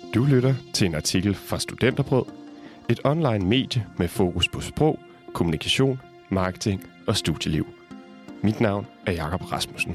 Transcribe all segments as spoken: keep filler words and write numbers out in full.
Du lytter til en artikel fra Studenterbrød, et online medie med fokus på sprog, kommunikation, marketing og studieliv. Mit navn er Jakob Rasmussen.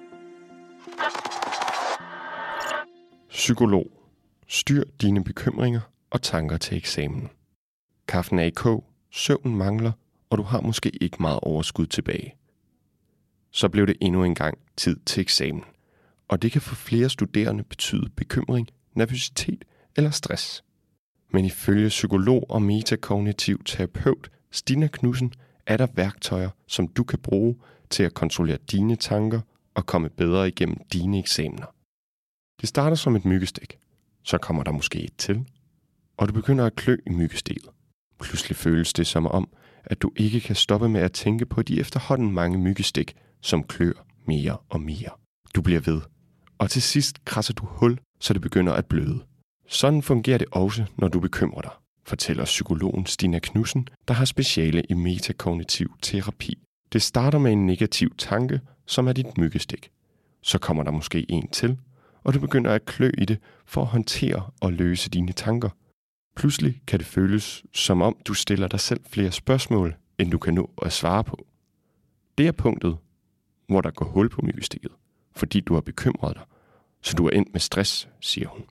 Psykolog. Styr dine bekymringer og tanker til eksamen. Kaffen er i kog, søvnen mangler, og du har måske ikke meget overskud tilbage. Så blev det endnu en gang tid til eksamen, og det kan for flere studerende betyde bekymring, nervøsitet eller stress. Men ifølge psykolog og metakognitiv terapeut Stina Knudsen er der værktøjer, som du kan bruge til at kontrollere dine tanker og komme bedre igennem dine eksamener. Det starter som et myggestik. Så kommer der måske et til, og du begynder at klø i myggestikket. Pludselig føles det som om, at du ikke kan stoppe med at tænke på de efterhånden mange myggestik, som klør mere og mere. Du bliver ved, og til sidst krasser du hul, så det begynder at bløde. Sådan fungerer det også, når du bekymrer dig, fortæller psykologen Stina Knudsen, der har speciale i metakognitiv terapi. Det starter med en negativ tanke, som er dit myggestik. Så kommer der måske en til, og du begynder at klø i det for at håndtere og løse dine tanker. Pludselig kan det føles, som om du stiller dig selv flere spørgsmål, end du kan nå at svare på. Det er punktet, hvor der går hul på myggestikket, fordi du har bekymret dig, så du er endt med stress, siger hun.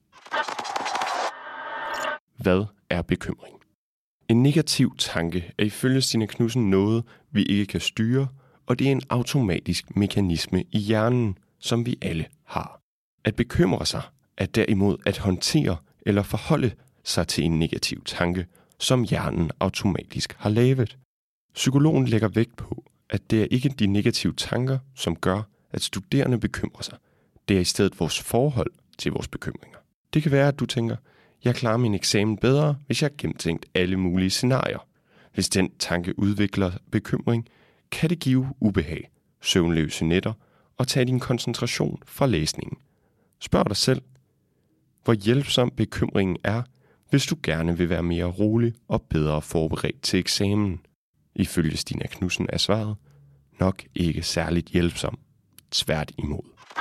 Hvad er bekymring? En negativ tanke er ifølge Stina Knudsen noget, vi ikke kan styre, og det er en automatisk mekanisme i hjernen, som vi alle har. At bekymre sig er derimod at håndtere eller forholde sig til en negativ tanke, som hjernen automatisk har lavet. Psykologen lægger vægt på, at det er ikke de negative tanker, som gør, at studerende bekymrer sig. Det er i stedet vores forhold til vores bekymringer. Det kan være, at du tænker, jeg klarer min eksamen bedre, hvis jeg har gennemtænkt alle mulige scenarier. Hvis den tanke udvikler bekymring, kan det give ubehag, søvnløse nætter og tage din koncentration fra læsningen. Spørg dig selv, hvor hjælpsom bekymringen er, hvis du gerne vil være mere rolig og bedre forberedt til eksamen. Ifølge Stina Knudsen er svaret nok ikke særligt hjælpsom. Tvært imod.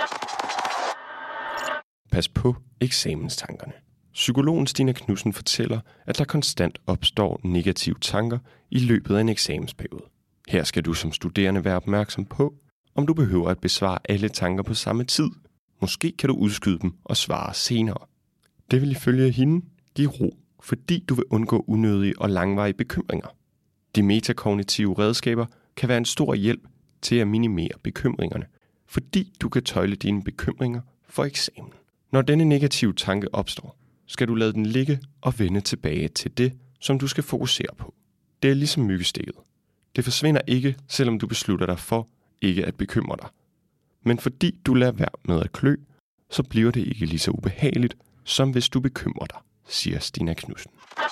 Pas på eksamenstankerne. Psykologen Stina Knudsen fortæller, at der konstant opstår negative tanker i løbet af en eksamensperiode. Her skal du som studerende være opmærksom på, om du behøver at besvare alle tanker på samme tid. Måske kan du udskyde dem og svare senere. Det vil ifølge hende give ro, fordi du vil undgå unødige og langvarige bekymringer. De metakognitive redskaber kan være en stor hjælp til at minimere bekymringerne, fordi du kan tøjle dine bekymringer for eksamen. Når denne negative tanke opstår, skal du lade den ligge og vende tilbage til det, som du skal fokusere på. Det er ligesom myggestikket. Det forsvinder ikke, selvom du beslutter dig for ikke at bekymre dig. Men fordi du lader være med at klø, så bliver det ikke lige så ubehageligt, som hvis du bekymrer dig, siger Stina Knudsen.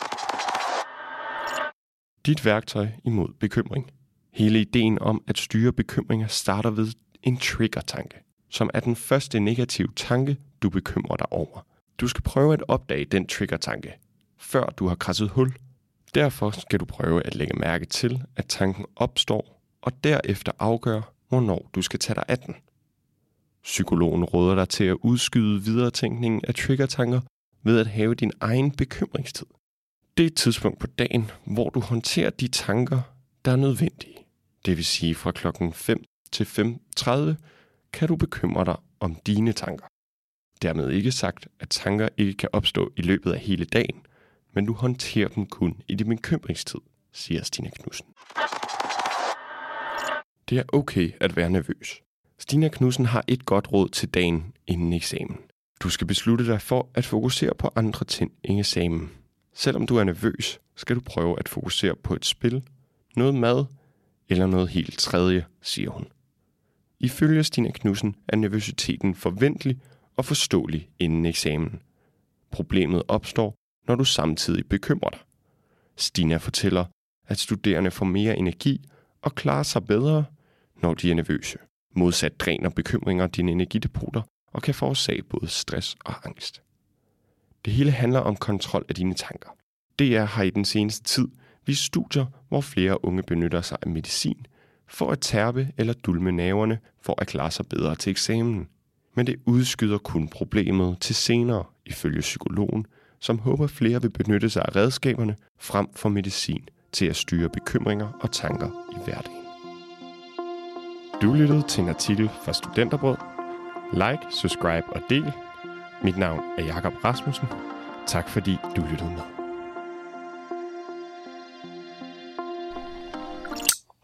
Dit værktøj imod bekymring. Hele ideen om at styre bekymringer starter ved en trigger-tanke, som er den første negative tanke, du bekymrer dig over. Du skal prøve at opdage den trigger-tanke, før du har kradset hul. Derfor skal du prøve at lægge mærke til, at tanken opstår, og derefter afgøre, hvornår du skal tage dig af den. Psykologen råder dig til at udskyde videretænkningen af triggertanker ved at have din egen bekymringstid. Det er et tidspunkt på dagen, hvor du håndterer de tanker, der er nødvendige. Det vil sige fra klokken fem til fem tredive kan du bekymre dig om dine tanker. Dermed ikke sagt, at tanker ikke kan opstå i løbet af hele dagen, men du håndterer dem kun i din bekymringstid, siger Stina Knudsen. Det er okay at være nervøs. Stina Knudsen har et godt råd til dagen inden eksamen. Du skal beslutte dig for at fokusere på andre ting end eksamen. Selvom du er nervøs, skal du prøve at fokusere på et spil, noget mad eller noget helt tredje, siger hun. Ifølge Stina Knudsen er nervøsiteten forventelig og forståelig inden eksamen. Problemet opstår, når du samtidig bekymrer dig. Stina fortæller, at studerende får mere energi og klarer sig bedre, når de er nervøse. Modsat dræner bekymringer dine energidepoter og kan forårsage både stress og angst. Det hele handler om kontrol af dine tanker. D R har i den seneste tid vist studier, hvor flere unge benytter sig af medicin for at tærpe eller dulme nerverne for at klare sig bedre til eksamen. men det udskyder kun problemet til senere, ifølge psykologen, som håber flere vil benytte sig af redskaberne frem for medicin til at styre bekymringer og tanker i hverdagen. Du lyttede til en artikel fra Studenterbrød. Like, subscribe og del. Mit navn er Jakob Rasmussen. Tak fordi du lyttede med.